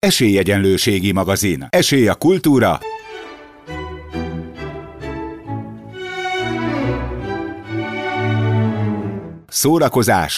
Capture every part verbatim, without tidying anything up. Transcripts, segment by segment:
Esélyegyenlőségi magazin. Esély a kultúra. Szórakozás.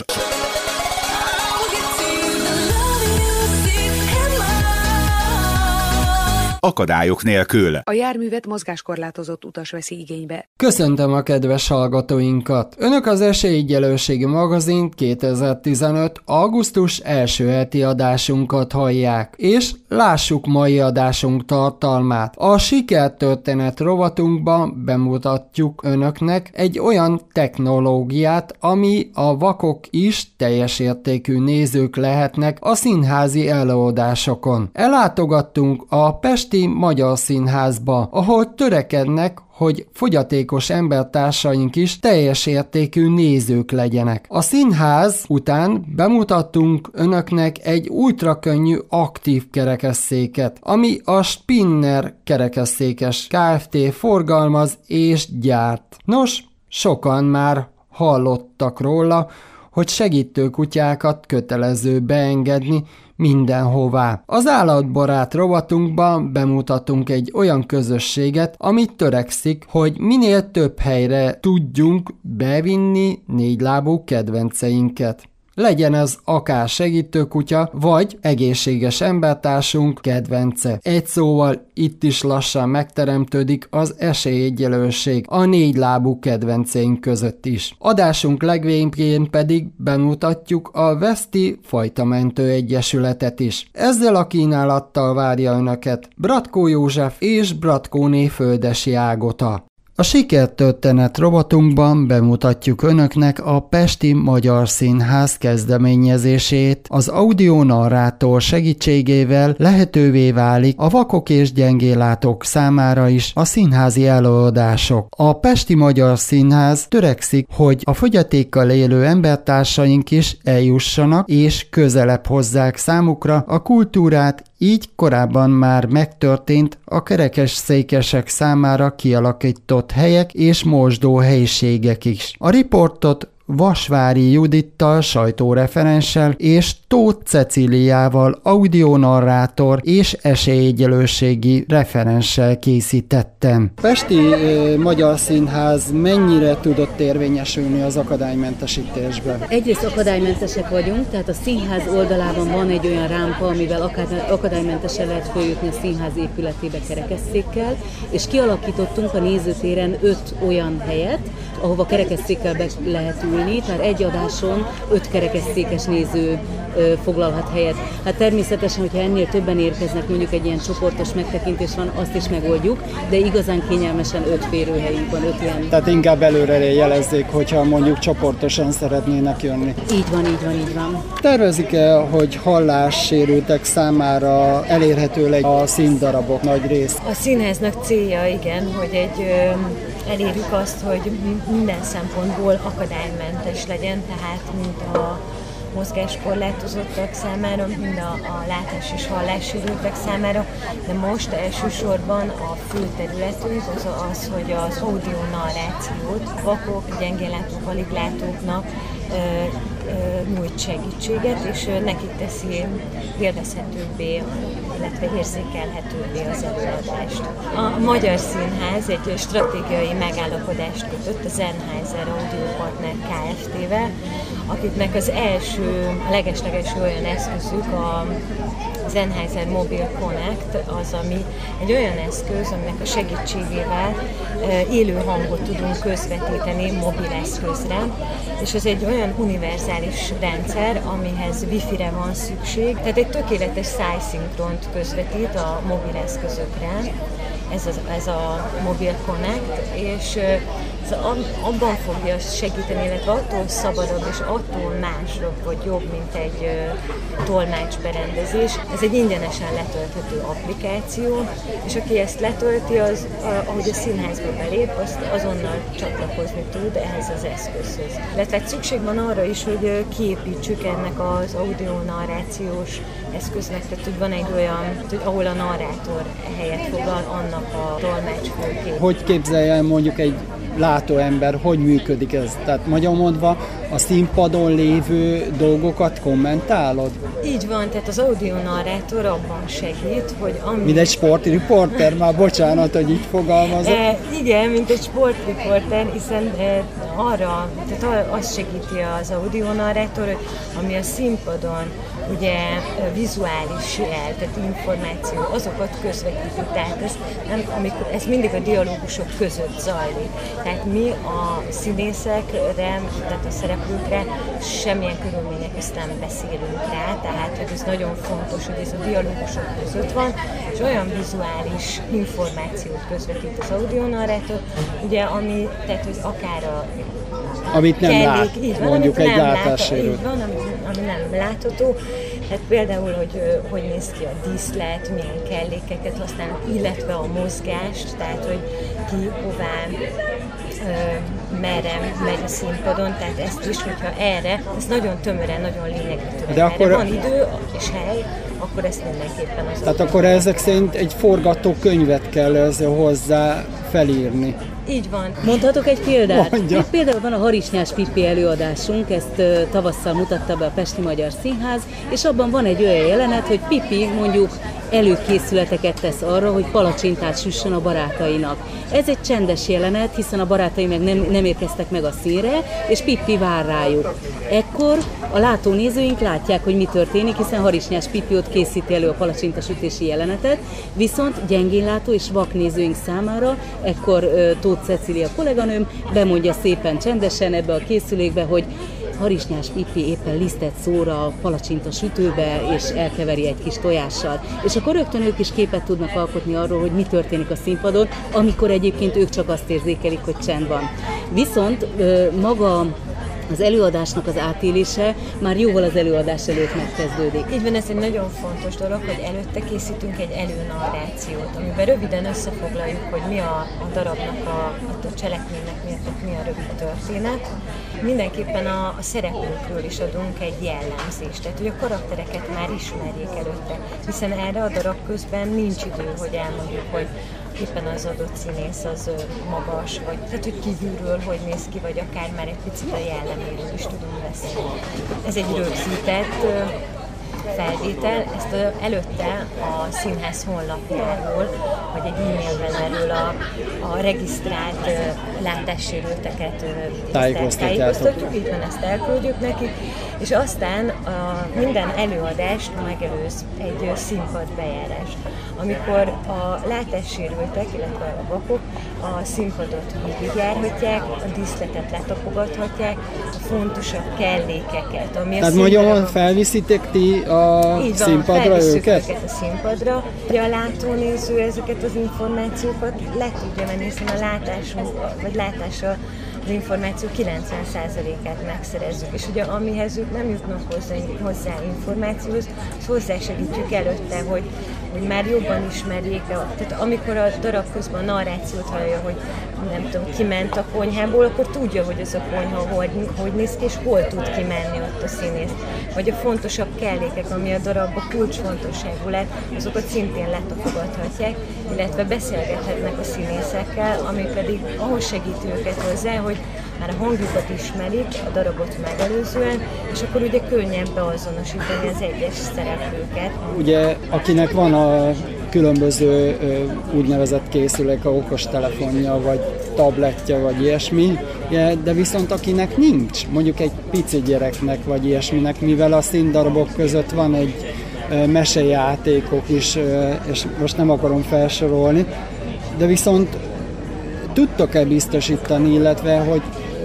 Akadályok nélkül. A járművet mozgáskorlátozott utas veszi igénybe. Köszöntöm a kedves hallgatóinkat! Önök az Esélyegyenlőségi magazin kétezer-tizenöt. augusztus első heti adásunkat hallják, és lássuk mai adásunk tartalmát. A sikertörténet rovatunkban bemutatjuk önöknek egy olyan technológiát, ami a vakok is teljes értékű nézők lehetnek a színházi előadásokon. Ellátogattunk a Pesti Magyar Színházba, ahol törekednek, hogy fogyatékos embertársaink is teljes értékű nézők legyenek. A színház után bemutattunk önöknek egy ultrakönnyű aktív kerekesszéket, ami a Spinner kerekesszékes Kft. Forgalmaz és gyárt. Nos, sokan már hallottak róla, hogy segítő kutyákat kötelező beengedni mindenhová. Az állatbarát rovatunkban bemutatunk egy olyan közösséget, amit törekszik, hogy minél több helyre tudjunk bevinni négylábú kedvenceinket. Legyen ez akár segítőkutya, vagy egészséges embertársunk kedvence. Egy szóval itt is lassan megteremtődik az esélyegyenlőség a négylábú kedvenceink között is. Adásunk legvégén pedig bemutatjuk a Veszti Fajtamentő Egyesületet is. Ezzel a kínálattal várja önöket Bratkó József és Bratkóné Földesi Ágota. A sikertörténet rovatunkban bemutatjuk önöknek a Pesti Magyar Színház kezdeményezését. Az audionarrátor segítségével lehetővé válik a vakok és gyengéllátók számára is a színházi előadások. A Pesti Magyar Színház törekszik, hogy a fogyatékkal élő embertársaink is eljussanak és közelebb hozzák számukra a kultúrát, így korábban már megtörtént a kerekesszékesek számára kialakított helyek és mosdó helyiségek is. A riportot Vasvári Judittal, sajtóreferenssel és Tóth Cecíliával, audionarrátor és esélyegyenlőségi referenssel készítettem. Pesti e, Magyar Színház mennyire tudott érvényesülni az akadálymentesítésben? Egyrészt akadálymentesek vagyunk, tehát a színház oldalában van egy olyan rámpa, amivel akadálymentesen lehet följutni a színház épületébe kerekesszékkel, és kialakítottunk a nézőtéren öt olyan helyet, ahova kerekesszékkel be lehet ülni, tehát egy adáson öt kerekesszékes néző ö, foglalhat helyet. Hát természetesen, hogyha ennél többen érkeznek, mondjuk egy ilyen csoportos megtekintés van, azt is megoldjuk, de igazán kényelmesen öt férőhelyünk van, öt ilyen. Tehát inkább előre jelezzék, hogyha mondjuk csoportosan szeretnének jönni. Így van, így van, így van. Tervezik-e, hogy hallássérültek számára elérhető legyen a színdarabok nagy rész? A színháznak célja, igen, hogy egy ö, elérjük azt, hogy minden szempontból akadálymentes legyen, tehát mint a mozgáskorlátozottak számára, mind a, a látás- és hallássérültek számára, de most elsősorban a fő területünk az, az hogy az audionarrációt vakok, gyengéllátók, aliglátóknak nyújt segítséget, és nekik teszi élvezhetőbbé, illetve érzékelhetőbbé az előadást. A Magyar Színház egy stratégiai megállapodást kötött a Sennheiser Audio Partner Kft-vel, akiknek az első, a legeslegeső olyan eszközük a Sennheiser Mobile Connect, az, ami egy olyan eszköz, aminek a segítségével élő hangot tudunk közvetíteni mobil eszközre, és ez egy olyan univerzális rendszer, amihez wifi-re van szükség, tehát egy tökéletes szájszinkront közvetít a mobil eszközökre, ez, az, ez a Mobile Connect, és ez abban fogja segíteni, illetve attól szabadabb és attól másról, vagy jobb, mint egy uh, tolmácsberendezés. Ez egy ingyenesen letölthető applikáció, és aki ezt letölti, az, uh, ahogy a színházba belép, azt azonnal csatlakozni tud ehhez az eszközhöz. Illetve szükség van arra is, hogy uh, kiépítsük ennek az audionarrációs eszköznek, tehát hogy van egy olyan, hogy ahol a narrátor helyet foglal, annak a tolmácsfülkét. Hogy képzelje mondjuk egy látóember, hogy működik ez? Tehát magyarul mondva, a színpadon lévő dolgokat kommentálod? Így van, tehát az audionarrátor abban segít, hogy ami... Mint egy sportriporter, már bocsánat, hogy így fogalmazok. E, igen, mint egy sportriporter, hiszen e, arra, tehát azt segíti az audionarrátor, hogy ami a színpadon ugye vizuális jel, tehát információ, azokat közvetíti. Tehát ez, nem, amikor, ez mindig a dialógusok között zajlik. Tehát mi a színészekre, tehát a szereplőkre semmilyen körülmények közt nem beszélünk rá, tehát hogy ez nagyon fontos, hogy ez a dialógusok között van, és olyan vizuális információt közvetít az audionarrátor, ugye, ami, tehát hogy akár a amit nem kellék, lát, így van, mondjuk amit egy látássérült. Így van, ami, ami nem látható. Tehát például, hogy hogy néz ki a díszlet, milyen kellékeket használnak, illetve a mozgást, tehát hogy ki, hová, ö, merre megy a színpadon, tehát ezt is, hogyha erre, ez nagyon tömören, nagyon lényegre tömören. De akkor van idő és hely, akkor ezt mindenképpen az. Tehát akkor ezek szerint egy forgatókönyvet kell ezzel hozzá felírni. Így van. Mondhatok egy példát? Mondja. Itt például van a Harisnyás Pippi előadásunk, ezt uh, tavasszal mutatta be a Pesti Magyar Színház, és abban van egy olyan jelenet, hogy Pippi mondjuk előkészületeket tesz arra, hogy palacsintát süssön a barátainak. Ez egy csendes jelenet, hiszen a barátai meg nem, nem érkeztek meg a színre, és Pippi vár rájuk. Ekkor a látónézőink látják, hogy mi történik, hiszen Harisnyás Pippi ott készíti elő a palacsintasütési jelenetet, viszont gyengénlátó és vaknézőink számára ekkor uh, Tóth Cecília kolléganőm bemondja szépen csendesen ebbe a készülékbe, hogy Harisnyás Pippi éppen lisztet szóra a palacsinta sütőbe, és elkeveri egy kis tojással. És akkor rögtön ők is képet tudnak alkotni arról, hogy mi történik a színpadon, amikor egyébként ők csak azt érzékelik, hogy csend van. Viszont maga az előadásnak az átélése már jóval az előadás előtt megkezdődik. Így van, ez egy nagyon fontos dolog, hogy előtte készítünk egy előnarrációt, amiben röviden összefoglaljuk, hogy mi a, a darabnak, a, a cselekménynek mi a, mi a rövid történet. Mindenképpen a, a szereplőkről is adunk egy jellemzést, tehát hogy a karaktereket már ismerjék előtte, hiszen erre a darab közben nincs idő, hogy elmondjuk, hogy éppen az adott színész az magas, vagy tehát, hogy kívülről hogy néz ki, vagy akár már egy picit a jelleméről is tudunk beszélni. Ez egy rögzített felvétel, ezt a, előtte a színház honlapjáról, vagy egy e-mailben erről a, a regisztrált uh, látássérülteket uh, tájékoztatjuk, így van, ezt elküldjük nekik, és aztán a, minden előadást megelőz egy uh, színpadbejárás, amikor a látássérültek, illetve a vakok a színpadot végigjárhatják, a díszletet letapogathatják, a fontosabb kellékeket, ami Tehát a magyarul felviszitek ti a így színpadra van, őket? őket a színpadra. Ugye a látónéző ezeket az információkat le tudja venni, hiszen a látásunk, vagy látással az információ kilencven százalékát megszerezzük, és ugye amihez ők nem jutnak hozzá, hozzá információhoz, azt hozzásegítjük előtte, hogy, hogy már jobban ismerjék, tehát amikor a darab közben a narrációt hallja, hogy nem tudom, kiment a konyhából, akkor tudja, hogy az a konyha hogy, hogy néz ki, és hol tud kimenni ott a színész. Vagy a fontosabb kellékek, ami a darabban kulcsfontosságú lett, azokat szintén letapogathatják, illetve beszélgethetnek a színészekkel, ami pedig ahhoz segíti őket hozzá, hogy már a hangjukat ismerik, a darabot megelőzően, és akkor ugye könnyebb beazonosítani az egyes szereplőket. Ugye, akinek van a különböző úgynevezett készülék, a okostelefonja, vagy tabletja, vagy ilyesmi, de viszont akinek nincs, mondjuk egy pici gyereknek, vagy ilyesminek, mivel a színdarabok között van egy mesejátékok is, és most nem akarom felsorolni, de viszont tudtok-e biztosítani, illetve, hogy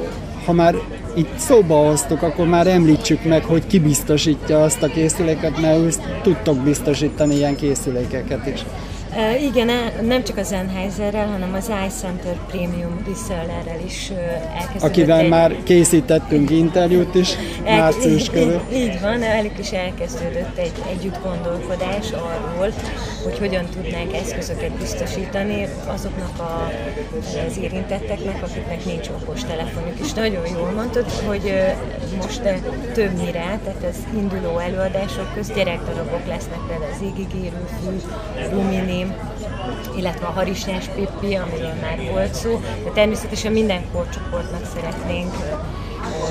ha már itt szóba hoztuk, akkor már említsük meg, hogy ki biztosítja azt a készüléket, mert tudtok biztosítani ilyen készülékeket is. Uh, igen, nem csak a Sennheiserrel, hanem az iCenter Premium Resellerrel is uh, elkezdődött. Akivel egy... már készítettünk interjút is, El... március körül. Így, így van, velük is elkezdődött egy együtt gondolkodás arról, hogy hogyan tudnánk eszközöket biztosítani azoknak a, az érintetteknek, akiknek nincs okos telefonjuk. És nagyon jól mondtad, hogy uh, most uh, többnyire, tehát az induló előadások közt gyerekdarabok lesznek, például az Égigérő fű, Rumini, illetve a Harisnyás Pippi, amiről már volt szó, de természetesen minden korcsoportnak szeretnénk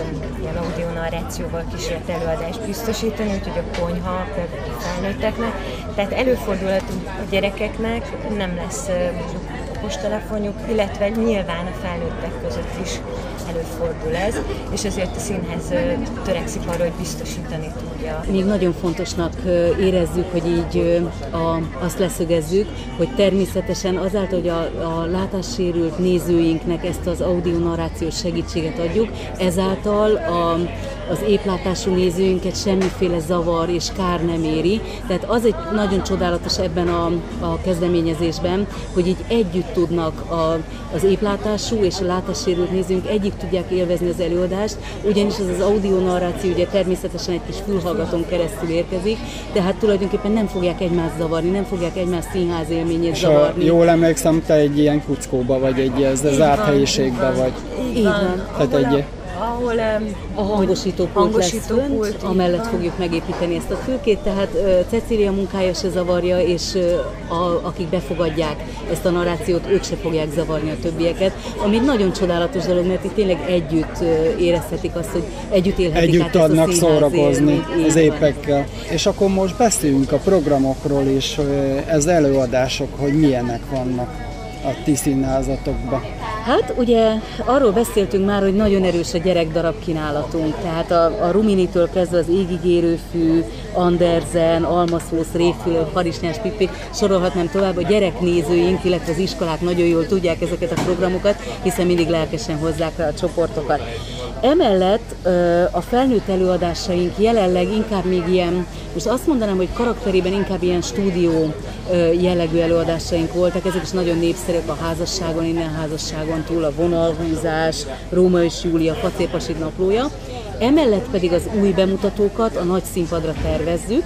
ilyen audionarrációval kísért előadást biztosítani, úgyhogy a konyha például a felnőtteknek. Tehát előfordulhat a gyerekeknek, nem lesz mondjuk okostelefonjuk, illetve nyilván a felnőttek között is előfordul ez, és ezért a színház törekszik arra, hogy biztosítani tudja. Még nagyon fontosnak érezzük, hogy így a, azt leszögezzük, hogy természetesen azáltal, hogy a, a látássérült nézőinknek ezt az audionarrációs segítséget adjuk, ezáltal a, az épplátású nézőinket semmiféle zavar és kár nem éri. Tehát az egy nagyon csodálatos ebben a, a kezdeményezésben, hogy így együtt tudnak a, az épplátású és a látássérült nézőink együtt tudják élvezni az előadást, ugyanis ez az audionarráció ugye természetesen egy kis fülhallgatón keresztül érkezik, tehát tulajdonképpen nem fogják egymást zavarni, nem fogják egymás színház élményét és zavarni. Jól emlékszem, te egy ilyen kuckóba vagy, egy ez zárt helyiségbe vagy. Így van. Tehát egy... ahol um, a hangosítópult lesz fönt, amellett fogjuk megépíteni ezt a fülkét, tehát uh, Cecília munkája se zavarja, és uh, a, akik befogadják ezt a narrációt, ők se fogják zavarni a többieket, ami egy nagyon csodálatos dolog, mert itt tényleg együtt uh, érezhetik azt, hogy együtt élhetik együtt át ezt a adnak szórakozni az épekkel. És akkor most beszéljünk a programokról is, ez előadások, hogy milyenek vannak a ti színházatokban. Hát ugye arról beszéltünk már, hogy nagyon erős a gyerekdarab kínálatunk, tehát a, a Ruminitől kezdve az Égigérőfű, Andersen, Almaszósz, Révfülöp, Harisnyás Pippi, sorolhatnám tovább, a gyereknézőink, illetve az iskolák nagyon jól tudják ezeket a programokat, hiszen mindig lelkesen hozzák rá a csoportokat. Emellett a felnőtt előadásaink jelenleg inkább még ilyen, most azt mondanám, hogy karakterében inkább ilyen stúdió jellegű előadásaink voltak, ezek is nagyon népszerűek, a házasságon, innen házasságon túl, a vonalhúzás, Róma és Júlia, Facérpasid naplója. Emellett pedig az új bemutatókat a nagy színpadra tervezzük,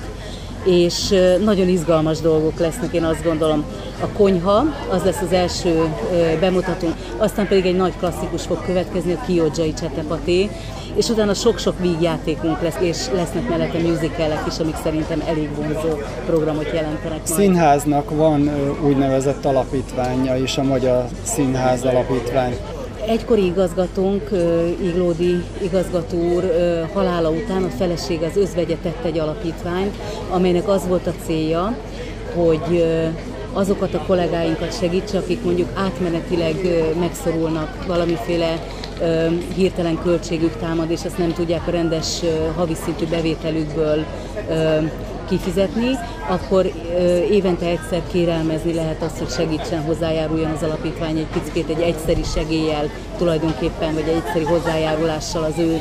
és nagyon izgalmas dolgok lesznek, én azt gondolom. A konyha, az lesz az első bemutatónk, aztán pedig egy nagy klasszikus fog következni, a Kiodzsai Csetepaté, és utána sok-sok vígjátékunk lesz, és lesznek mellette musicalek is, amik szerintem elég vonzó programot jelentenek majd. Színháznak van úgynevezett alapítványa is, a Magyar Színház Alapítvány. Egykori igazgatónk, Iglódi igazgató úr halála után a feleség az özvegye tett egy alapítványt, amelynek az volt a célja, hogy azokat a kollégáinkat segítse, akik mondjuk átmenetileg megszorulnak, valamiféle hirtelen költségük támad, és ezt nem tudják a rendes havi szintű bevételükből kifizetni, akkor évente egyszer kérelmezni lehet azt, hogy segítsen, hozzájáruljon az alapítvány egy picit, egy egyszeri segéllyel tulajdonképpen, vagy egy egyszeri hozzájárulással az ő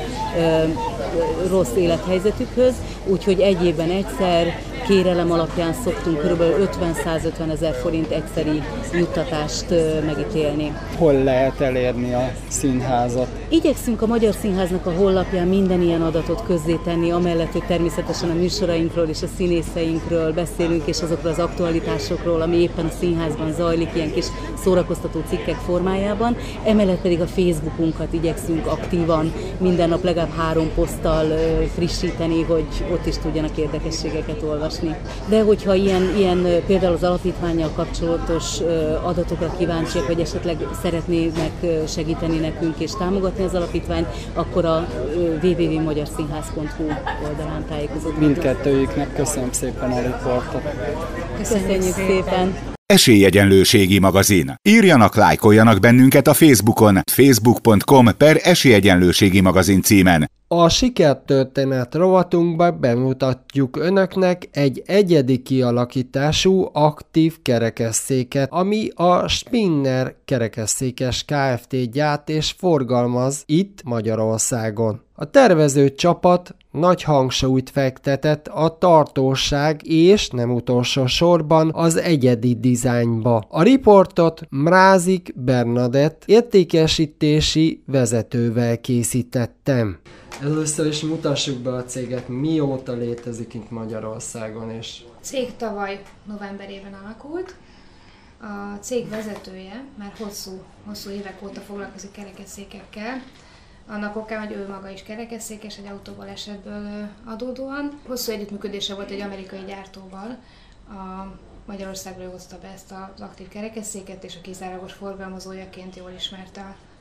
rossz élethelyzetükhöz, úgyhogy egy évben egyszer kérelem alapján szoktunk kb. ötven-százötven ezer forint egyszeri juttatást megítélni. Hol lehet elérni a színházat? Igyekszünk a Magyar Színháznak a honlapján minden ilyen adatot közzétenni, amellett, hogy természetesen a műsorainkról és a színészeinkről beszélünk, és azokról az aktualitásokról, ami éppen a színházban zajlik, ilyen kis szórakoztató cikkek formájában. Emellett pedig a Facebookunkat igyekszünk aktívan minden nap legalább három poszttal frissíteni, hogy ott is tudjanak érdekességeket olvasni. De hogyha ilyen, ilyen például az alapítvánnyal kapcsolatos adatokra kíváncsiak, vagy esetleg szeretnének segíteni nekünk és támogatni az alapítványt, akkor a double-u double-u double-u pont magyar színház pont hu oldalán tájékozódnak. Mindkettőjüknek köszönöm szépen a riportot. Köszönjük, Köszönjük szépen! szépen. Esélyegyenlőségi magazin. Írjanak, lájkoljanak bennünket a Facebookon, facebook pont com per esélyegyenlőségi magazin címen. A sikertörténet rovatunkban bemutatjuk önöknek egy egyedi kialakítású aktív kerekesszéket, ami a Spinner kerekesszékes Kft. Gyárt és forgalmaz itt Magyarországon. A tervező csapat nagy hangsúlyt fektetett a tartóság és nem utolsó sorban az egyedi dizájnba. A riportot Mrázik Bernadett értékesítési vezetővel készítettem. Először is mutassuk be a céget, mióta létezik itt Magyarországon is. A cég tavaly novemberében alakult. A cég vezetője már hosszú, hosszú évek óta foglalkozik kerekesszékekkel. Annak okán, hogy ő maga is kerekesszékes, egy autóbalesetből adódóan. Hosszú együttműködése volt egy amerikai gyártóval. A Magyarországról hozta be ezt az aktív kerekesszéket, és a kizárólagos forgalmazójaként jól ismerte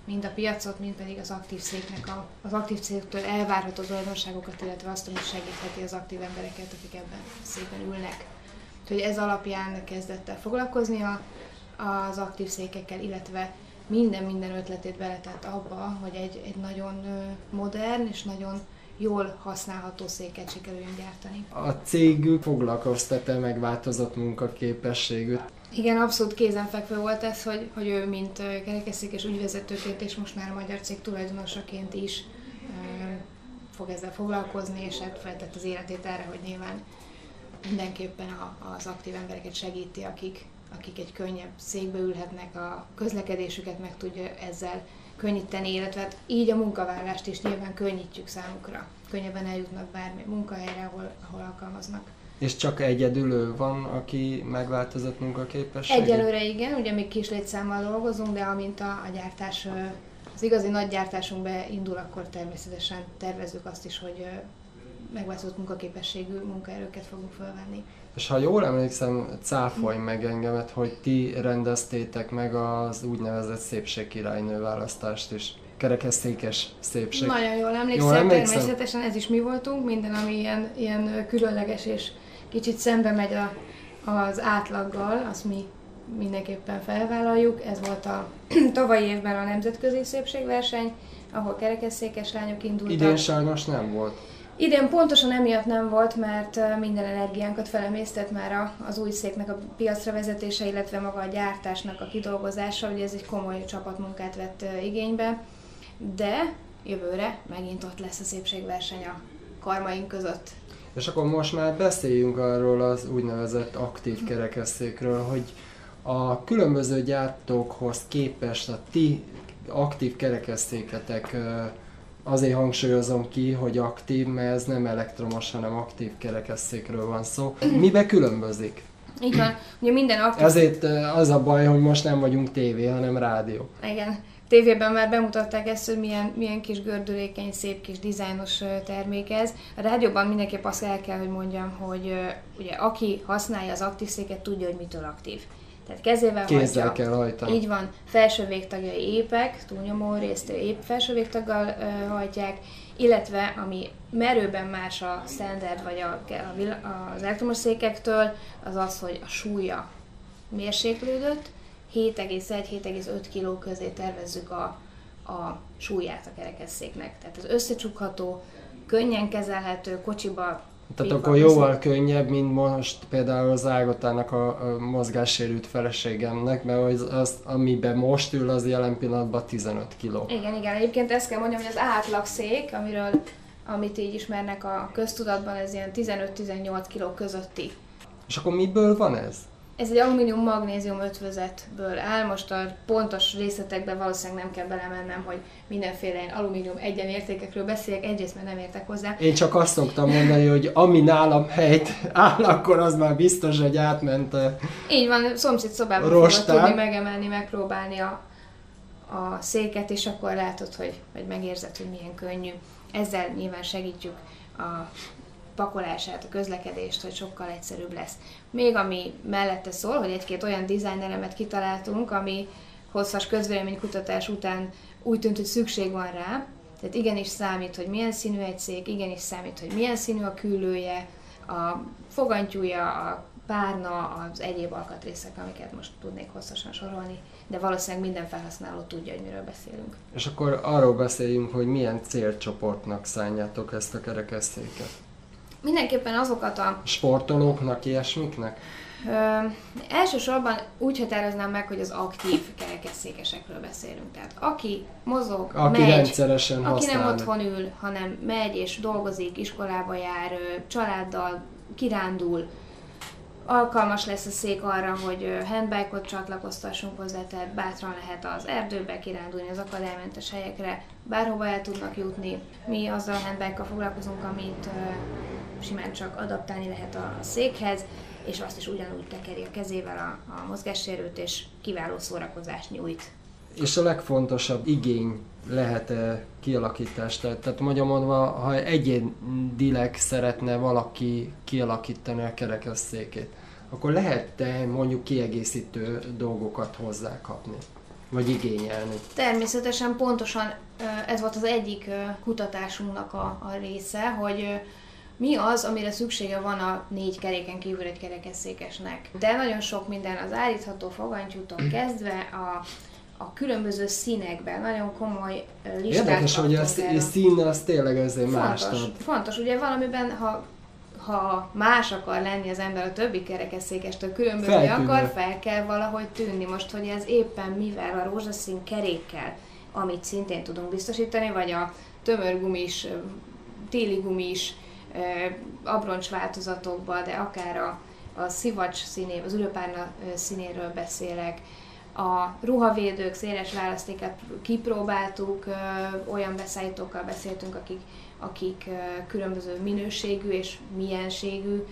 mind a piacot, mind pedig az aktív széknek a, az aktív széktől elvárható tulajdonságokat, illetve azt, ami segítheti az aktív embereket, akik ebben a székben ülnek. Úgyhogy ez alapján kezdett el foglalkozni a, az aktív székekkel, illetve minden-minden ötletét beletett abba, hogy egy, egy nagyon modern és nagyon jól használható széket sikerüljön gyártani. A cégük foglalkoztat-e megváltozott munkaképességű? Igen, abszolút kézenfekvő volt ez, hogy, hogy ő mint kerekesszékes ügyvezetőként és most már a magyar cég tulajdonosaként is uh, fog ezzel foglalkozni, és hát feltett az életét erre, hogy nyilván mindenképpen a, az aktív embereket segíti, akik, akik egy könnyebb székbe ülhetnek, a közlekedésüket meg tudja ezzel könnyíteni, illetve hát így a munkavállalást is nyilván könnyítjük számukra. Könnyebben eljutnak bármi munkahelyre, ahol, ahol alkalmaznak. És csak egyedül ő van, aki megváltozott munkaképességű? Egyelőre igen, ugye még kis létszámmal dolgozunk, de amint a, a gyártás, az igazi nagy gyártásunk beindul, akkor természetesen tervezzük azt is, hogy megváltozott munkaképességű munkaerőket fogunk fölvenni. És ha jól emlékszem, cáfolj meg engemet, hogy ti rendeztétek meg az úgynevezett szépségkirálynő választást is. Kerekesszékes szépség. Nagyon jól emlékszem, jól emlékszem, természetesen ez is mi voltunk, minden, ami ilyen, ilyen különleges és kicsit szembe megy a, az átlaggal, azt mi mindenképpen felvállaljuk. Ez volt a tavalyi évben a nemzetközi szépségverseny, ahol kerekesszékes lányok indultak. Idén sajnos nem volt. Idén pontosan emiatt nem volt, mert minden energiánkat felemésztett már az új széknek a piacra vezetése, illetve maga a gyártásnak a kidolgozása, ugye ez egy komoly csapatmunkát vett igénybe, de jövőre megint ott lesz a szépségverseny a karmaink között. És akkor most már beszéljünk arról az úgynevezett aktív kerekesszékről, hogy a különböző gyártókhoz képest a ti aktív kerekesszéketek, azért hangsúlyozom ki, hogy aktív, mert ez nem elektromos, hanem aktív kerekesszékről van szó. Mibe különbözik? Így van, ugye minden aktív... Ezért az a baj, hogy most nem vagyunk tévé, hanem rádió. Igen. Tévében már bemutatták ezt, hogy milyen, milyen kis gördülékeny, szép kis dizájnos termék ez. A rádióban mindenképp azt el kell, hogy mondjam, hogy ugye aki használja az aktív széket, tudja, hogy mitől aktív. Tehát kezével Kézzel hajtja. kell hajtani. Így van, felső végtagjai épek, túlnyomó részt épp felső végtaggal uh, hajtják, illetve ami merőben más a standard vagy a, a, az elektromos székektől, az az, hogy a súlya mérséklődött, hét egész egy - hét egész öt kiló közé tervezzük a, a súlyát a kerekesszéknek. Tehát az összecsukható, könnyen kezelhető, kocsiba. Tehát akkor jóval könnyebb, mint most például az Ágotának a, a mozgássérült feleségemnek, mert az, az, amiben most ül, az jelen pillanatban tizenöt kiló. Igen, igen. Egyébként ezt kell mondjam, hogy az átlagszék, amiről, amit így ismernek a köztudatban, ez ilyen tizenöt - tizennyolc kiló közötti. És akkor miből van ez? Ez egy alumínium-magnézium ötvözetből áll, most a pontos részletekben valószínűleg nem kell belemennem, hogy mindenféle alumínium egyenértékekről beszéljek, egyrészt mert nem értek hozzá. Én csak azt szoktam mondani, hogy ami nálam helyt áll, akkor az már biztos, hogy átment a Így van, szomszéd szobában fogod tudni megemelni, megpróbálni a, a széket, és akkor látod, hogy, hogy megérzed, hogy milyen könnyű. Ezzel nyilván segítjük a pakolását, a közlekedést, hogy sokkal egyszerűbb lesz. Még ami mellette szól, hogy egy-két olyan dizájnelemet kitaláltunk, ami hosszas közvéleménykutatás után úgy tűnt, hogy szükség van rá. Tehát igenis számít, hogy milyen színű egy szék, igenis számít, hogy milyen színű a küllője, a fogantyúja, a párna, az egyéb alkatrészek, amiket most tudnék hosszasan sorolni, de valószínűleg minden felhasználó tudja, hogy miről beszélünk. És akkor arról beszéljünk, hogy milyen célcsoportnak szánjátok ezt a kerekesszéket. Mindenképpen azokat a... Sportolóknak, ilyesmiknek? Ö, elsősorban úgy határoznám meg, hogy az aktív kerekesszékesekről beszélünk. Tehát aki mozog, aki megy, rendszeresen aki használni. nem otthon ül, hanem megy és dolgozik, iskolába jár, családdal kirándul, alkalmas lesz a szék arra, hogy handbike-ot csatlakoztassunk hozzá, tehát bátran lehet az erdőbe kirándulni, az akadálymentes helyekre, bárhova el tudnak jutni. Mi azzal a handbike-kal foglalkozunk, amit simán csak adaptálni lehet a székhez, és azt is ugyanúgy tekeri a kezével a, a mozgássérült, és kiváló szórakozást nyújt. És a legfontosabb igény lehet-e kialakítás? Tehát mondja mondva, ha egyénileg szeretne valaki kialakítani a kerekesszékét, akkor lehet-e mondjuk kiegészítő dolgokat hozzá kapni? vagy igényelni? Természetesen pontosan ez volt az egyik kutatásunknak a, a része, hogy mi az, amire szüksége van a négy keréken kívül egy kerekesszékesnek. De nagyon sok minden az állítható fogantyútól kezdve a, a különböző színekben, nagyon komoly listát. Érdekes, hogy a szín az tényleg ezért más. Fontos, fontos, ugye valamiben, ha, ha más akar lenni az ember a többi kerekesszékestől, különböző akar, fel kell valahogy tűnni. Most, hogy ez éppen mivel a rózsaszín kerékkel, amit szintén tudunk biztosítani, vagy a tömörgumis, téli gumis, abroncs változatokban, de akár a, a szivacs színé, az ülőpárna színéről beszélek. A ruhavédők széles választékát kipróbáltuk, olyan beszállítókkal beszéltünk, akik, akik különböző minőségű és mienségű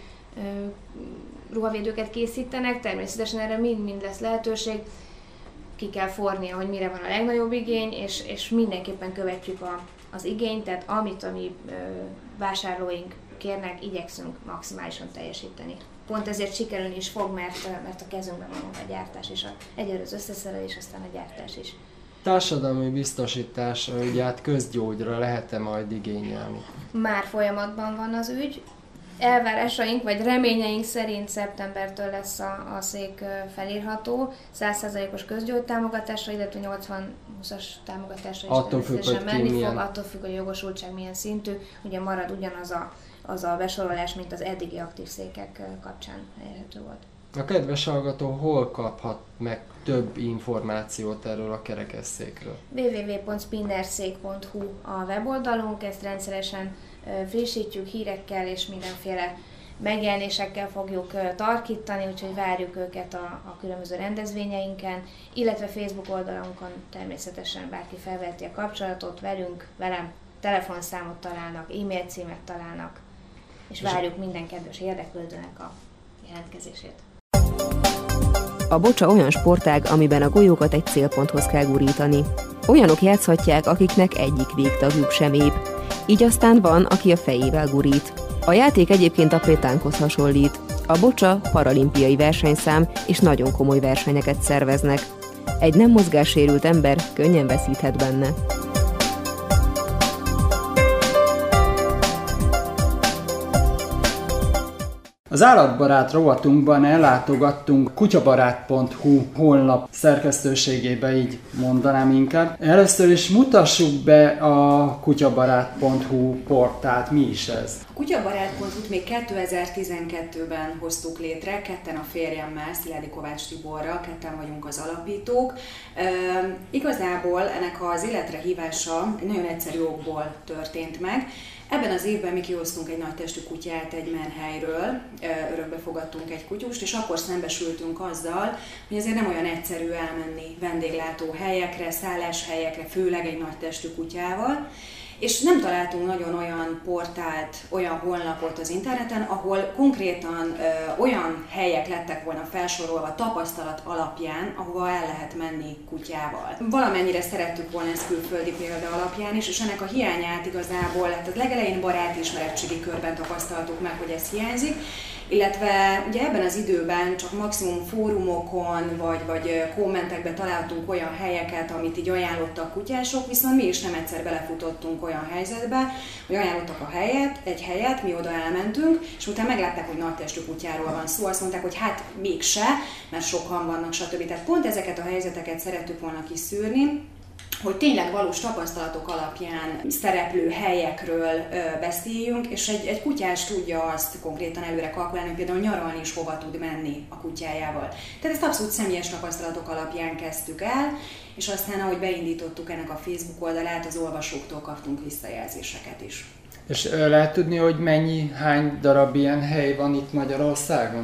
ruhavédőket készítenek. Természetesen erre mind-mind lesz lehetőség. Ki kell fornia, hogy mire van a legnagyobb igény, és, és mindenképpen követjük a, az igényt, tehát amit a mi ö, vásárlóink kérnek, igyekszünk maximálisan teljesíteni. Pont ezért sikerülni is fog, mert, mert a kezünkben van a gyártás, és a, egyelőre az összeszerelés, aztán a gyártás is. Társadalmi biztosítás, ugye hát közgyógyra lehet-e majd igényelni? Már folyamatban van az ügy. Elvárásaink vagy reményeink szerint szeptembertől lesz a, a szék felírható, száz százalékos közgyógytámogatásra, illetve nyolcvan-húszas támogatásra is attól függ, hogy menni fog, milyen. attól függ, hogy a jogosultság milyen szintű, ugye marad ugyanaz a, az a besorolás, mint az eddigi aktív székek kapcsán elérhető volt. A kedves hallgató hol kaphat meg több információt erről a kerekesszékről? double-u double-u double-u pont spinnerszék pont hu a weboldalunk, ezt rendszeresen frissítjük hírekkel és mindenféle megjelenésekkel fogjuk tarkítani, úgyhogy várjuk őket a, a különböző rendezvényeinken, illetve Facebook oldalunkon természetesen bárki felveheti a kapcsolatot velünk, velem, telefonszámot találnak, e-mail címet találnak, és várjuk minden kedves érdeklődőnek a jelentkezését. A bocsa olyan sportág, amiben a golyókat egy célponthoz kell gurítani. Olyanok játszhatják, akiknek egyik végtagjuk sem épp. Így aztán van, aki a fejével gurít. A játék egyébként a pétánkhoz hasonlít. A bocsa paralimpiai versenyszám, és nagyon komoly versenyeket szerveznek. Egy nem mozgássérült ember könnyen veszíthet benne. Az állatbarát rovatunkban ellátogattunk kutyabarát pont hu honlap szerkesztőségébe, így mondanám inkább. Először is mutassuk be a kutyabarát pont hu portált, mi is ez? A kutyabarát pont hu-t még kétezer-tizenkettőben hoztuk létre, ketten a férjemmel, Szilágyi Kovács Tiborral, ketten vagyunk az alapítók. E, igazából ennek az életre hívása egy nagyon egyszerű okból történt meg. Ebben az évben mi kihoztunk egy nagytestű kutyát egy menhelyről, örökbe fogadtunk egy kutyust, és akkor szembesültünk azzal, hogy azért nem olyan egyszerű elmenni vendéglátó helyekre, szálláshelyekre, főleg egy nagytestű kutyával. És nem találtunk nagyon olyan portált, olyan honlapot az interneten, ahol konkrétan ö, olyan helyek lettek volna felsorolva tapasztalat alapján, ahova el lehet menni kutyával. Valamennyire szerettük volna ezt külföldi példa alapján is, és ennek a hiányát igazából, hát a legelején baráti ismeretségi körben tapasztaltuk meg, hogy ez hiányzik, illetve ugye ebben az időben csak maximum fórumokon vagy, vagy kommentekben találtunk olyan helyeket, amit így ajánlottak kutyások, viszont mi is nem egyszer belefutottunk olyan helyzetbe, hogy ajánlottak a helyet, egy helyet, mi oda elmentünk, és utána meglátták, hogy nagytestű kutyáról van szó, azt mondták, hogy hát mégse, mert sokan vannak, stb. Tehát pont ezeket a helyzeteket szerettük volna kiszűrni, hogy tényleg valós tapasztalatok alapján szereplő helyekről ö, beszéljünk, és egy, egy kutyás tudja azt konkrétan előre kalkulálni, hogy például nyaralni is hova tud menni a kutyájával. Tehát ezt abszolút személyes tapasztalatok alapján kezdtük el, és aztán, ahogy beindítottuk ennek a Facebook oldalát, az olvasóktól kaptunk visszajelzéseket is. És ö, lehet tudni, hogy mennyi, hány darab ilyen hely van itt Magyarországon?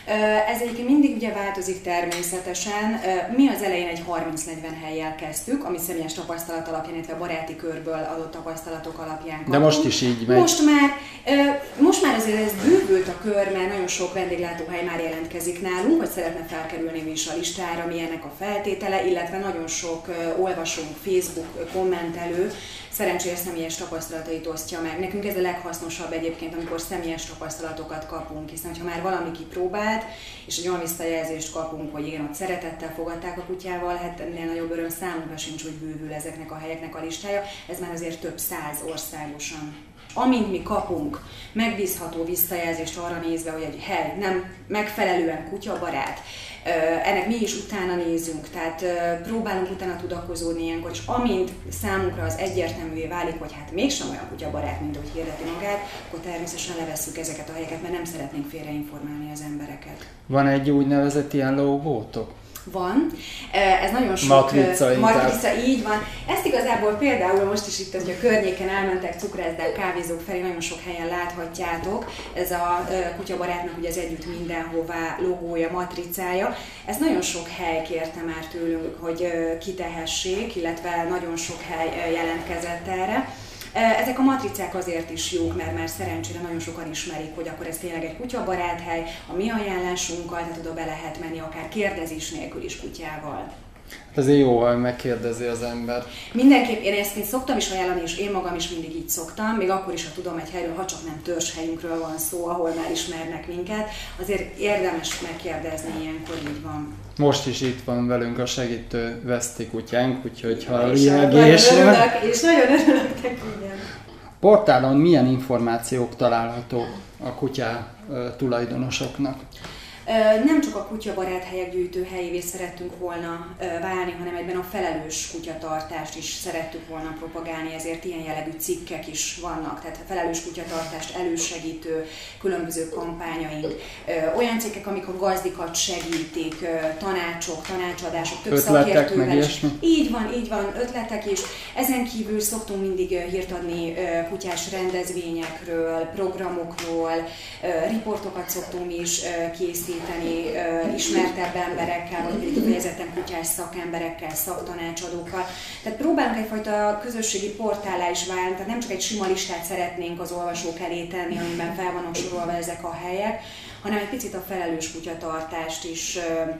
Ez egyébként mindig ugye változik természetesen. Mi az elején egy harminc-negyven hellyel kezdtük, ami személyes tapasztalat alapján, illetve baráti körből adott tapasztalatok alapján kaptunk. De most is így megy. Most már, most már azért ez bővült a kör, mert nagyon sok vendéglátóhely már jelentkezik nálunk, hogy szeretne felkerülni is a listára, mi ennek a feltétele, illetve nagyon sok olvasónk, Facebook kommentelő szerencsére személyes tapasztalatait osztja meg. Nekünk ez a leghasznosabb egyébként, amikor személyes tapasztalatokat kapunk, hiszen ha már valami kipróbált, lehet, és egy olyan visszajelzést kapunk, hogy igen, ott szeretettel fogadták a kutyával, hát ennél nagyobb öröm számunkra sincs, hogy bővül ezeknek a helyeknek a listája, ez már azért több száz országosan. Amint mi kapunk megbízható visszajelzést arra nézve, hogy egy hely nem megfelelően kutyabarát, ennek mi is utána nézünk, tehát próbálunk utána tudakozódni ilyenkor, és amint számunkra az egyértelművé válik, hogy hát mégsem olyan kutyabarát, mint ahogy hirdeti magát, akkor természetesen levesszük ezeket a helyeket, mert nem szeretnénk félreinformálni az embereket. Van egy úgynevezett ilyen logótok? Van. Ez nagyon sok... Matrica, matrica, így van. Ezt igazából például most is itt, hogy a környéken elmentek cukrászdák, kávézók felé, nagyon sok helyen láthatjátok. Ez a kutyabarátnak ugye az együtt mindenhová logója, matricája. Ez nagyon sok hely kérte már tőlünk, hogy kitehessék, illetve nagyon sok hely jelentkezett erre. Ezek a matricák azért is jók, mert már szerencsére nagyon sokan ismerik, hogy akkor ez tényleg egy kutyabarát hely, a mi ajánlásunkkal, tehát oda be lehet menni akár kérdezés nélkül is kutyával. Hát azért jó, hogy megkérdezi az ember. Mindenképp én ezt én szoktam is ajánlani, és én magam is mindig így szoktam, még akkor is, ha tudom egy helyről, ha csak nem törzshelyünkről van szó, ahol már ismernek minket, azért érdemes megkérdezni, ilyenkor így van. Most is itt van velünk a segítő Veszti kutyánk, úgyhogy ha és liegésre... És nagyon örülök neki, igen. Portálon milyen információk találhatók a kutyá tulajdonosoknak? Nem csak a kutyabarát helyek gyűjtőhelyévé szerettünk volna válni, hanem egyben a felelős kutyatartást is szerettük volna propagálni, ezért ilyen jellegű cikkek is vannak, tehát a felelős kutyatartást elősegítő különböző kampányaink, olyan cikkek, amik a gazdikat segítik, tanácsok, tanácsadások, több szakértővel is. Így van, így van, ötletek is. Ezen kívül szoktunk mindig hírt adni kutyás rendezvényekről, programokról, riportokat szoktunk mi is készíteni, ismertebb emberekkel, vagy pedig kifejezetten kutyás szakemberekkel, szaktanácsadókkal. Tehát próbálunk egyfajta közösségi portálá is válni, tehát nem csak egy sima listát szeretnénk az olvasók elé tenni, amiben fel vannak sorolva ezek a helyek, hanem egy picit a felelős kutyatartást is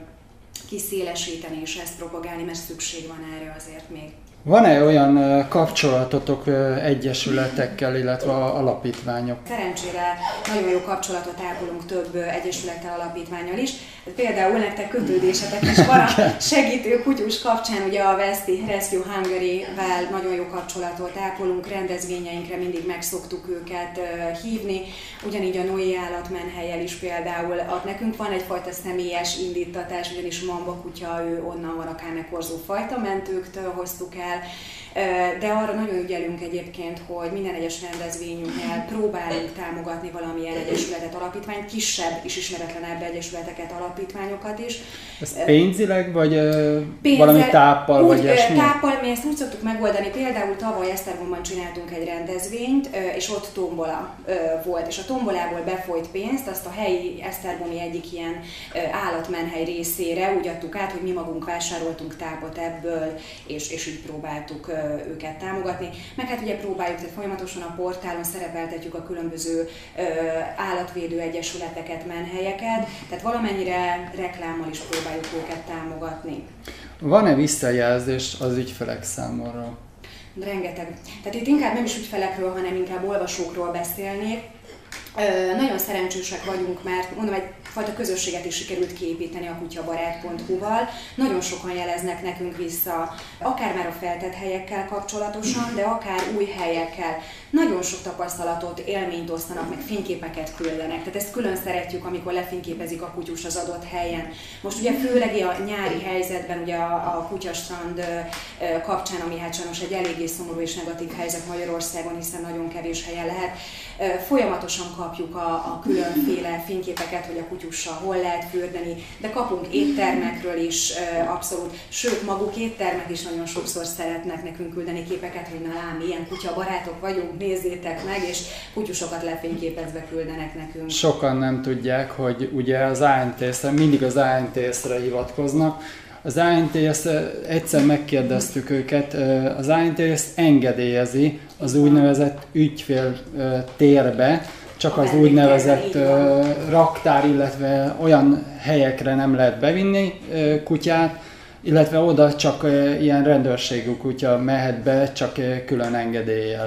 kiszélesíteni és ezt propagálni, mert szükség van erre azért még. Van-e olyan kapcsolatotok egyesületekkel, illetve alapítványok? Szerencsére nagyon jó kapcsolatot ápolunk több egyesülettel, alapítvánnyal is. Például nektek kötődésetek is van a segítő kutyus kapcsán, ugye a Veszti Rescue Hungary-vel nagyon jó kapcsolatot ápolunk, rendezvényeinkre mindig meg szoktuk őket hívni, ugyanígy a Noé állatmenhellyel is például ad nekünk van egyfajta személyes indítatás, ugyanis Mamba kutya, ő onnan van a kámekorzó fajtamentőktől hoztuk el, de arra nagyon ügyelünk egyébként, hogy minden egyes rendezvényünknél próbálunk támogatni valamilyen egyesületet, alapítványt, kisebb és ismeretlenebb egyesületeket, alapítványokat is. Ez pénzileg, vagy Pénzzel, valami táppal, úgy, vagy ilyesmi? Táppal, mi ezt úgy szoktuk megoldani, például tavaly Esztergomban csináltunk egy rendezvényt, és ott tombola volt, és a tombolából befolyt pénzt, azt a helyi esztergomi egyik ilyen állatmenhely részére úgy adtuk át, hogy mi magunk vásároltunk tápot ebből, és, és így próbáltuk őket támogatni. Meg hát ugye próbáljuk, tehát folyamatosan a portálon szerepeltetjük a különböző ö, állatvédő egyesületeket, menhelyeket, tehát valamennyire reklámmal is próbáljuk őket támogatni. Van-e visszajelzés az ügyfelek számára? Rengeteg. Tehát itt inkább nem is ügyfelekről, hanem inkább olvasókról beszélnék. Ö, nagyon szerencsések vagyunk, mert mondom, egyfajta közösséget is sikerült kiépíteni a kutyabarát pont hu-val. Nagyon sokan jeleznek nekünk vissza, akár már a feltett helyekkel kapcsolatosan, de akár új helyekkel. Nagyon sok tapasztalatot, élményt osztanak, meg fényképeket küldenek. Tehát ezt külön szeretjük, amikor lefényképezik a kutyus az adott helyen. Most ugye főleg a nyári helyzetben, ugye a, a kutyastrand kapcsán, ami hát sajnos egy eléggé szomorú és negatív helyzet Magyarországon, hiszen nagyon kevés helyen lehet, folyamatosan kapjuk a, a különféle fényképeket, hogy a kutyussal hol lehet fürdeni, de kapunk éttermekről is abszolút, sőt maguk éttermek is nagyon sokszor szeretnek nekünk küldeni képeket, hogy na lám, ilyen kutyabarátok vagyunk, nézzétek meg, és kutyusokat lefényképezve küldenek nekünk. Sokan nem tudják, hogy ugye az á en té es-re, mindig az á en té es-re hivatkoznak. Az á en té es, egyszer megkérdeztük őket, az á en té es engedélyezi az úgynevezett ügyfél térbe, csak az úgynevezett raktár, illetve olyan helyekre nem lehet bevinni kutyát, illetve oda csak ilyen rendőrségű kutya mehet be, csak külön engedéllyel.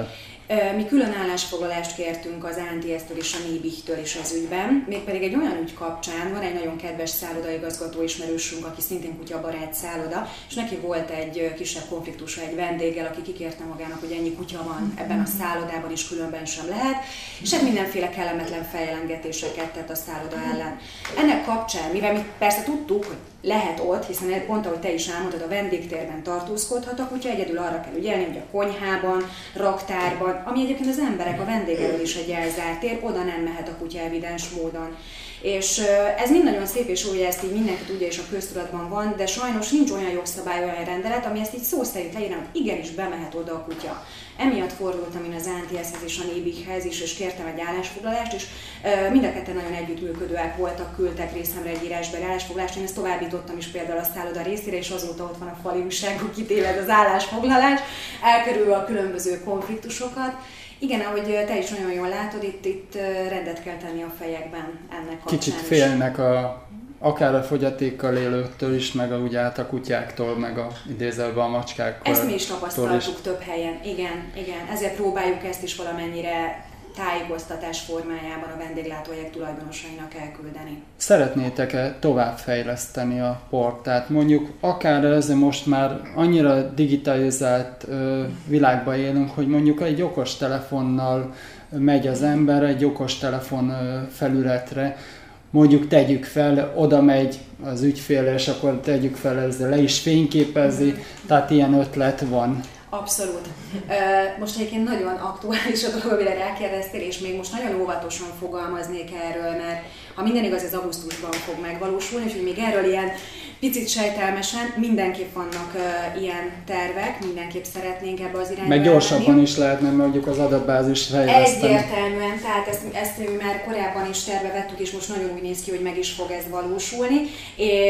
Mi külön állásfoglalást kértünk az á en té es-től és a Nébih-től is az ügyben, mégpedig egy olyan ügy kapcsán van egy nagyon kedves szállodaigazgató ismerősünk, aki szintén kutyabarát szálloda, és neki volt egy kisebb konfliktusa egy vendéggel, aki kikérte magának, hogy ennyi kutya van ebben a szállodában, és különben sem lehet, és hát mindenféle kellemetlen feljelengetéseket tett a szálloda ellen. Ennek kapcsán, mivel mi persze tudtuk, hogy lehet ott, hiszen pont ahogy te is elmondtad, a vendégtérben tartózkodhat a kutya, egyedül arra kell ügyelni, hogy a konyhában, raktárban, ami egyébként az emberek, a vendég elől is egy elzárt tér, oda nem mehet a kutya evidens módon. És ez mind nagyon szép, és úgy, ezt így mindenki tudja, és a köztudatban van, de sajnos nincs olyan jogszabály, olyan rendelet, ami ezt így szó szerint leírna, hogy igenis bemehet oda a kutya. Emiatt fordultam én az á en té es-hez és a Nébihhez is, és kértem egy állásfoglalást, és mind a ketten nagyon együttműködőek voltak, küldtek részemre egy írásbeli állásfoglalást, én ezt továbbítottam is például a szálloda részére, és azóta ott van a fali újságú kitéved az állásfoglalás, elkerülve a különböző konfliktusokat. Igen, ahogy te is nagyon jól látod, itt, itt rendet kell tenni a fejekben ennek kapcsán. Kicsit félnek a, akár a fogyatékkal élőktől is, meg a, ugye át a kutyáktól, meg a idézelben a macskáktól. Ezt mi is tapasztaltuk is több helyen, igen, igen. Ezért próbáljuk ezt is valamennyire tájékoztatás formájában a vendéglátóhelyek tulajdonosainak elküldeni. Szeretnétek-e továbbfejleszteni a portát? Mondjuk akár ez most már annyira digitalizált ö, világban élünk, hogy mondjuk egy okostelefonnal megy az ember egy okostelefon ö, felületre, mondjuk tegyük fel, oda megy az ügyfél, és akkor tegyük fel, ezzel le is fényképezi, tehát ilyen ötlet van. Abszolút. Most egyébként nagyon aktuális a dolog, amire rákérdeztél, és még most nagyon óvatosan fogalmaznék erről, mert ha minden igaz, ez augusztusban fog megvalósulni, úgyhogy még erről ilyen picit sejtelmesen mindenképp vannak uh, ilyen tervek, mindenképp szeretnénk ebbe az irányba. Meg gyorsabban is lehetne mondjuk az adatbázist fejleszteni. Egyértelműen, tehát ezt, ezt mi már korábban is terve vettük, és most nagyon úgy néz ki, hogy meg is fog ez valósulni. É,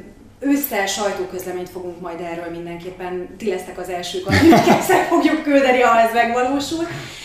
Ősszel sajtóközleményt fogunk majd erről mindenképpen, ti lesztek az elsők, akikkel fogjuk küldeni, ha ez megvalósul.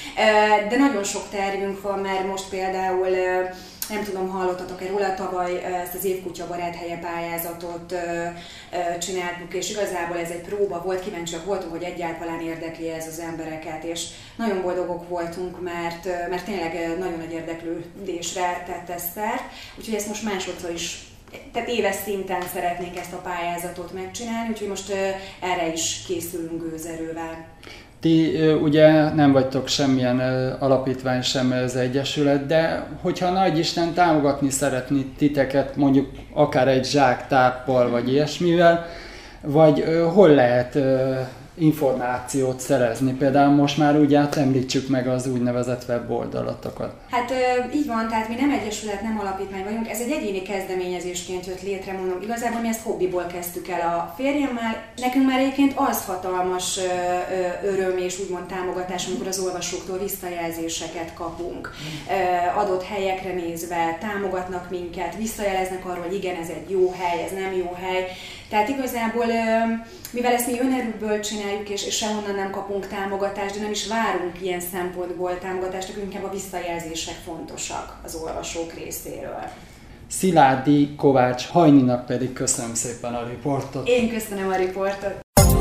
De nagyon sok tervünk van, mert most például, nem tudom, hallottatok-e róla, tavaly ezt az évkutyabarát helye pályázatot csináltuk, és igazából ez egy próba volt, kíváncsiak voltunk, hogy egyáltalán érdekli ez az embereket, és nagyon boldogok voltunk, mert, mert tényleg nagyon nagy érdeklődésre tett ez szert, úgyhogy ezt most másodszor is, tehát éves szinten szeretnénk ezt a pályázatot megcsinálni, úgyhogy most erre is készülünk gőzerővel. Ti ugye nem vagytok semmilyen alapítvány, sem az egyesület, de hogyha Nagy Isten támogatni szeretné titeket, mondjuk akár egy zsák táppal vagy ilyesmivel, vagy hol lehet információt szerezni? Például most már ugye említsük meg az úgynevezett weboldalatokat. Hát így van, tehát mi nem egyesület, nem alapítvány vagyunk, ez egy egyéni kezdeményezésként jött létre, mondom, igazából mi ezt hobbiból kezdtük el a férjemmel. Nekünk már egyébként az hatalmas öröm és úgymond támogatás, amikor az olvasóktól visszajelzéseket kapunk. Adott helyekre nézve támogatnak minket, visszajeleznek arról, hogy igen, ez egy jó hely, ez nem jó hely. Tehát igazából, mivel ezt mi önerőből csináljuk, és, és sehonnan nem kapunk támogatást, de nem is várunk ilyen szempontból támogatást, akkor inkább a visszajelzések fontosak az olvasók részéről. Sziládi Kovács Hajninak pedig köszönöm szépen a riportot. Én köszönöm a riportot.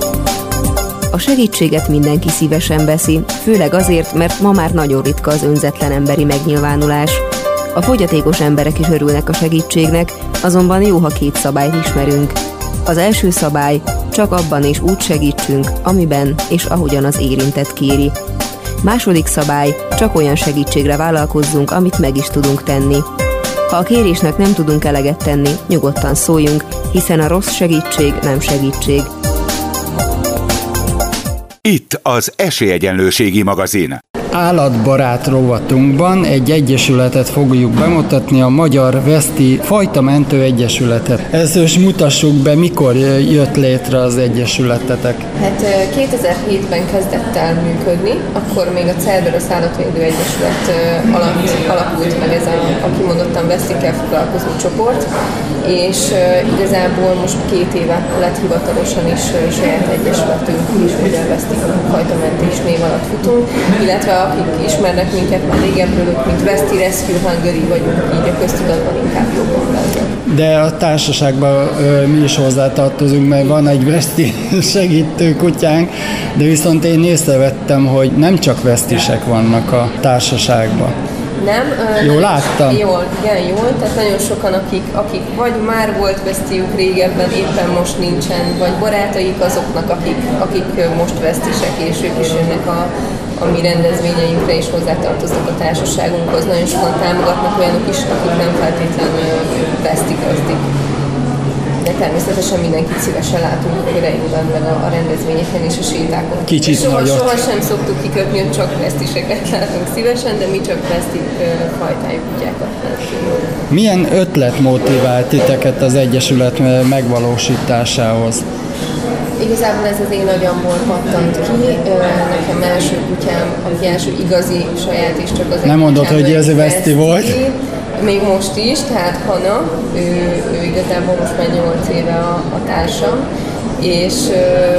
A segítséget mindenki szívesen veszi, főleg azért, mert ma már nagyon ritka az önzetlen emberi megnyilvánulás. A fogyatékos emberek is örülnek a segítségnek, azonban jó, ha két szabályt ismerünk. Az első szabály, csak abban és úgy segítsünk, amiben és ahogyan az érintett kéri. Második szabály, csak olyan segítségre vállalkozzunk, amit meg is tudunk tenni. Ha a kérésnek nem tudunk eleget tenni, nyugodtan szóljunk, hiszen a rossz segítség nem segítség. Itt az Esélyegyenlőségi magazin. Állatbarát rovatunkban egy egyesületet fogjuk bemutatni, a Magyar Veszti Fajtamentő Egyesületet. Ezt is mutassuk be, mikor jött létre az egyesületetek. Hát kétezer-hétben kezdett el működni, akkor még a Cerberus Állatvédő Egyesület alatt alakult meg ez a, a kimondottan vesztikkel foglalkozó csoport, és igazából most két éve lett hivatalosan is saját egyesületünk is, ugye a Veszti Fajtamentés név alatt futunk, illetve akik ismernek minket már régebbről, ők mint Veszti Rescue Hungary vagyunk, így a köztudatban inkább jobban benne. De a társaságban ö, mi is hozzátartozunk, mert van egy Veszti segítő kutyánk, de viszont én észrevettem, hogy nem csak vesztisek vannak a társaságban. Nem? Jól láttam? Jól, igen, jól. Tehát nagyon sokan, akik, akik vagy már volt vesztiük régebben, éppen most nincsen, vagy barátaik azoknak, akik, akik most vesztisek, és ők is jönnek a, a mi rendezvényeinkre, és hozzátartoznak a társaságunkhoz. Nagyon sokan támogatnak olyanok is, akik nem feltétlenül veszti gazdik. De természetesen mindenkit szívesen látunk a köreinkben, meg a, a rendezvényeken és a sétákon. Kicsit soha, nagyot. Soha sem szoktuk kikötni, hogy csak vesztiseket látunk szívesen, de mi csak veszti fajtájú kutyákat látunk. Milyen ötlet motivált titeket az Egyesület megvalósításához? Igazából ez az én agyamból pattant ki. Nekem első kutyám, aki első igazi saját és csak az Nem mondod, hogy ez a Veszti volt? Még most is, tehát Hana, ő, ő igazából most már nyolc éve a, a társam, és ö,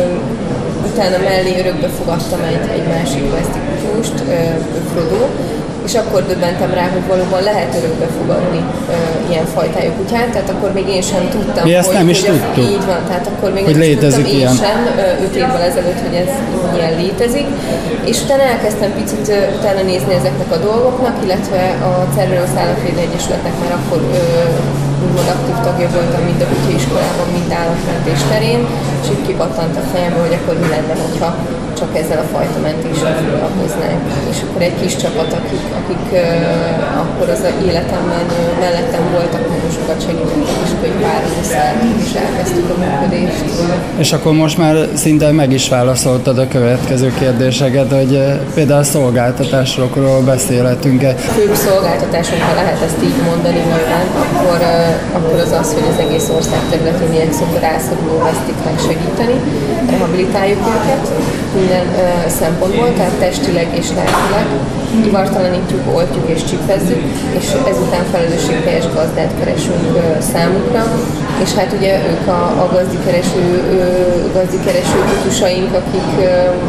utána mellé örökbe fogadtam egy, egy másik Veszti kutyust, Frodo, és akkor döbbentem rá, hogy valóban lehet örökbe fogadni ö, ilyen fajtájú kutyát, tehát akkor még én sem tudtam, Mi ezt hogy, nem is hogy tudtuk. A, így van, tehát akkor még hogy nem létezik tudtam ilyen. én sem, öt évvel ezelőtt, hogy ez ilyen létezik, és utána elkezdtem picit ö, utána nézni ezeknek a dolgoknak, illetve a Cerberus Állatvédő Egyesületnek már akkor ö, úgymond aktív tagja voltam, mind a kutyaiskolában, mind állatmentés terén, és így kipattant a fejembe, hogy akkor mi lenne, hogyha csak ezzel a fajta mentéssel foglalkoznánk. És akkor egy kis csapat, akik, akik uh, akkor az életemben uh, mellettem voltak, nagyon sokat segítettek, és akkor egy páran összeálltunk, és elkezdtük a működést. És akkor most már szinte meg is válaszoltad a következő kérdéseket, hogy uh, például szolgáltatásokról beszélhetünk-e. Főbb szolgáltatásunk, ha lehet ezt így mondani nyilván, akkor, uh, akkor az az, hogy az egész ország területén igyekszünk a rászoruló vesztiknek segíteni, rehabilitáljuk őket minden uh, szempontból, tehát testileg és lelkileg. Ivartalanítjuk, oltjuk és csipezzük, és ezután felelősségteljes gazdát keresünk uh, számukra. És hát ugye ők a, a gazdikereső, uh, gazdikereső kutyusaink, akik uh,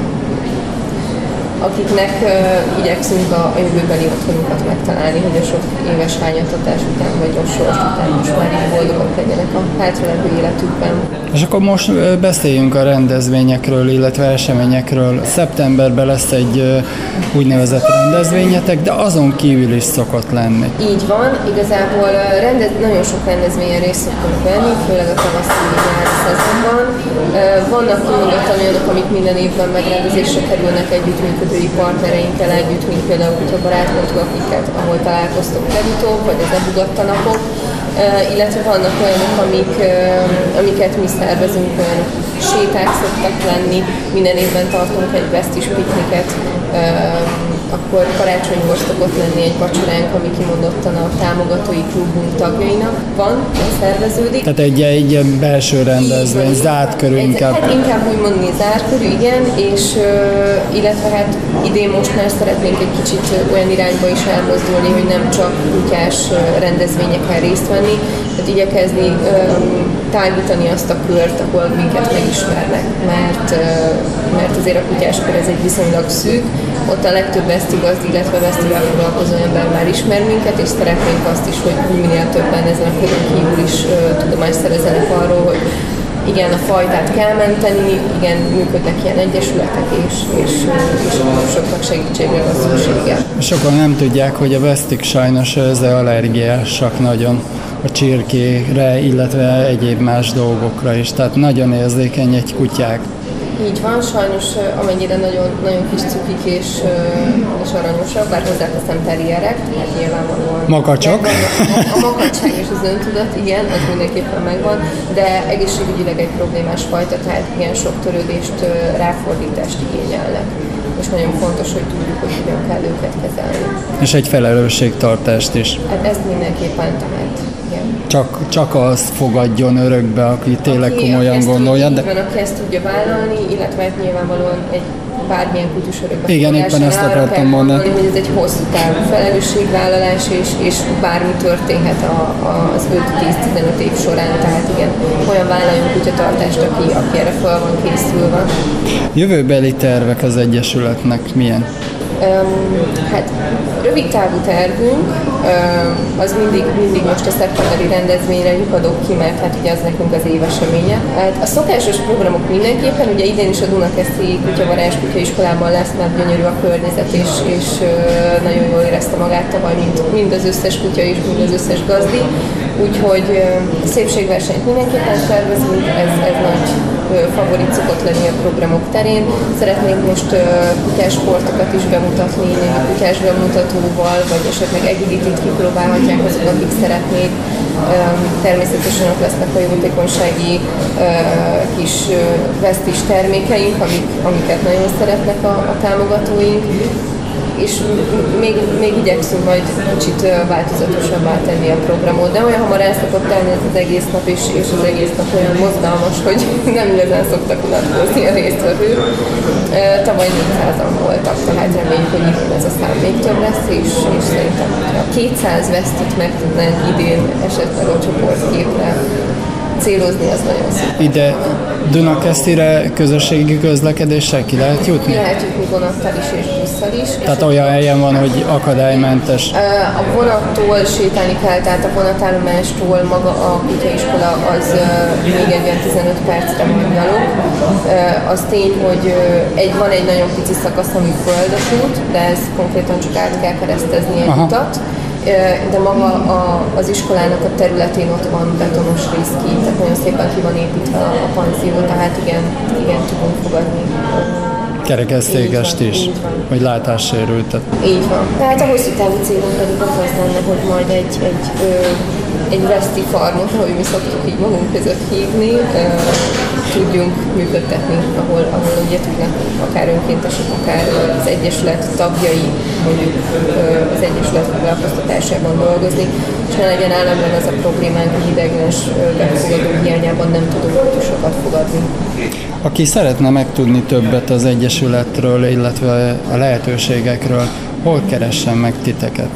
akiknek uh, igyekszünk a, a jövőbeli otthonukat megtalálni, hogy a sok éves hányattatás után, vagy a sors után most már így boldogok legyenek a hátralevő életükben. És akkor most uh, beszéljünk a rendezvényekről, illetve eseményekről. Szeptemberben lesz egy uh, úgynevezett rendezvényetek, de azon kívül is szokott lenni. Így van, igazából uh, rendez, nagyon sok rendezvényen részt szoktunk venni, főleg a tavaszi nyári szezonban. Uh, vannak kimondottan olyanok, amik minden évben megrendezésre kerülnek együttműködői partnereinkkel együtt, mint például a barátnőtől, akiket, ahol találkoztok legutóbb, vagy az ebugatta napok, uh, illetve vannak olyanok, amik, uh, amiket mi szervezünk, olyan séták szoktak lenni, minden évben tartunk egy vesztis pikniket, uh, akkor karácsonykor szokott lenni egy vacsoránk, ami kimondottan a támogatói klubunk tagjainak van, szerveződik. Tehát egy, egy belső rendezvény, zárt körül inkább. Hát inkább úgy mondani zárt körül, igen, és uh, illetve hát idén most már szeretnénk egy kicsit olyan irányba is elmozdulni, hogy nem csak kutyás rendezvényeken részt venni, tehát igyekezni um, tágítani azt a kört, ahol minket megismernek, mert, uh, mert azért a kutyáskör ez egy viszonylag szűk, ott a legtöbb veszti gazdi, illetve vesztivel foglalkozó ember már ismer minket, és szeretnénk azt is, hogy minél többen ezen a körön kívül is uh, tudomást szerezzenek arról, hogy igen, a fajtát kell menteni, igen, működnek ilyen egyesületek, és, és, és soknak segítségre van szüksége. Sokan nem tudják, hogy a vesztik sajnos ezzel allergiásak nagyon a csirkére, illetve egyéb más dolgokra is, tehát nagyon érzékeny egy kutyák. Így van, sajnos amennyire nagyon, nagyon kis cukik és, és aranyosak, bár hozzáteszem terrierek, tehát nyilvánvalóan. Makacsok. A makacság és az öntudat, igen, az mindenképpen megvan, de egészségügyileg egy problémás fajta, tehát ilyen sok törődést, ráfordítást igényelnek. És nagyon fontos, hogy tudjuk, hogy hogyan kell őket kezelni. És egy felelősségtartást is. Hát ezt mindenképpen tehát. Csak, csak az fogadjon örökbe, aki tényleg aki, komolyan aki gondolja. De... Van, aki ezt tudja vállalni, illetve hát nyilvánvalóan egy bármilyen kutyus örökbe. Igen, éppen ezt akartam mondani. Hogy ez egy hosszú távú felelősségvállalás, és, és bármi történhet a, a, az öt-tíz-tizenöt év során. Tehát igen, olyan vállaljunk kutyatartást, aki, aki erre fel van készülve. Jövőbeli tervek az Egyesületnek milyen? Hát rövid távú tervünk, az mindig, mindig most a szeptemberi rendezvényre lyukadok ki, mert hát ugye az nekünk az éveseménye. Hát a szokásos programok mindenképpen, ugye idén is a Dunakeszti Kutyavarázs Kutyaiskolában lesz, mert gyönyörű a környezet, és, és nagyon jól érezte magát tavaly, mind, mind az összes kutya és mind az összes gazdi. Úgyhogy szépségversenyt mindenképpen szervezünk, ez, ez nagy favorit szokott lenni a programok terén. Szeretnénk most kutyás sportokat is bemutatni, kutyás bemutatóval, vagy esetleg agility-t kipróbálhatják azok, akik szeretnék. Természetesen ott lesznek a jótékonysági kis vesztis termékeink, amik, amiket nagyon szeretnek a, a támogatóink. És még, még igyekszünk majd kicsit változatosabbá tenni a programot, de olyan hamar el szokott tenni ez az egész nap, és, és az egész nap olyan mozgalmas, hogy nem igazán szoktak unatkozni a résztvevők. Tavaly négyszázan voltak, tehát reméljük, hogy idén ez a szám még több lesz, és, és szerintem, hogyha kétszáz vesztit meg tudnánk idén esetleg a csoportképre célozni, az nagyon szép. Ide Dunakesztire közösségi közlekedéssel ki lehet jutni? Ki lehet jutni vonattal is és busszal is. Tehát olyan helyen van, hogy akadálymentes? A vonattól sétálni kell, tehát a vonatállomástól maga a kutyaiskola az még egy olyan tizenöt percre van gyalog. Az tény, hogy egy, van egy nagyon pici szakasz, ami földes út, de ez konkrétan csak át kell keresztezni egy utat. De maga a, az iskolának a területén ott van betonos rész ki, tehát nagyon szépen ki van építve a, a panzió, tehát igen, igen tudunk fogadni. Kerekesszékest is, vagy látássérültet. Így van. Tehát a hosszú távú célunk pedig az az lenne, hogy majd egy, egy, ö, egy Veszti farmot, ahogy mi szoktuk így magunk között hívni, ö, tudjunk működtetni, ahol, ahol ugye tudnak akár önkéntesek, akár az egyesület tagjai, mondjuk az egyesület foglalkoztatásában dolgozni, és ne legyen állandóan az a problémánk, hogy ideiglenes befogadó hiányában nem tudunk sokat fogadni. Aki szeretne megtudni többet az egyesületről, illetve a lehetőségekről, hol keressen meg titeket?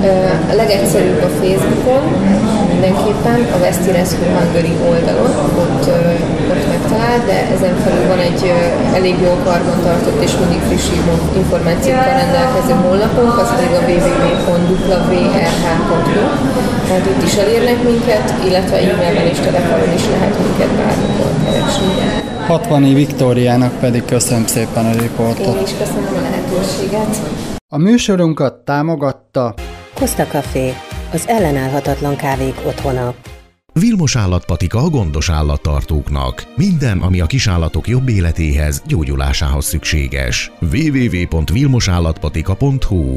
A legegyszerűbb a Facebookon, mindenképpen, a Veszti Rescue Hungary oldalon, ott, ott megtalál, de ezen felül van egy elég jó karbantartott és mindig friss információkkal rendelkező honlapunk, az pedig a double-u double-u double-u pont w r h pont hu, tehát itt is elérnek minket, illetve e-mailben és telefonon is lehet minket bármikor keresni. Hatvani Viktóriának pedig köszönöm szépen a riportot. Én is köszönöm a lehetőséget. A műsorunkat támogatta Costa Café, az ellenállhatatlan kávék otthona. Vilmos Állatpatika a gondos állattartóknak. Minden, ami a kisállatok jobb életéhez, gyógyulásához szükséges. double-u double-u double-u pont vilmos állatpatika pont hu.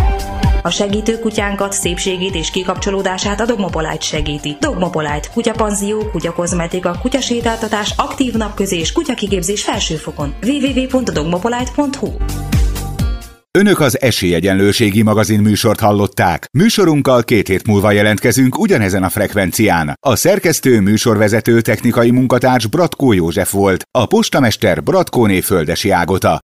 A segítő kutyánkat, szépségét és kikapcsolódását a Dogmopolite segíti. Dogmopolite, kutyapanzió, kutyakozmetika, kutyasétáltatás, aktív napközés, kutyakigépzés felsőfokon. double-u double-u double-u pont dogmopolite pont hu. Önök az Esélyegyenlőségi magazin műsort hallották. Műsorunkkal két hét múlva jelentkezünk ugyanezen a frekvencián. A szerkesztő, műsorvezető, technikai munkatárs Bratkó József volt, a postamester Bratkóné Földesi Ágota.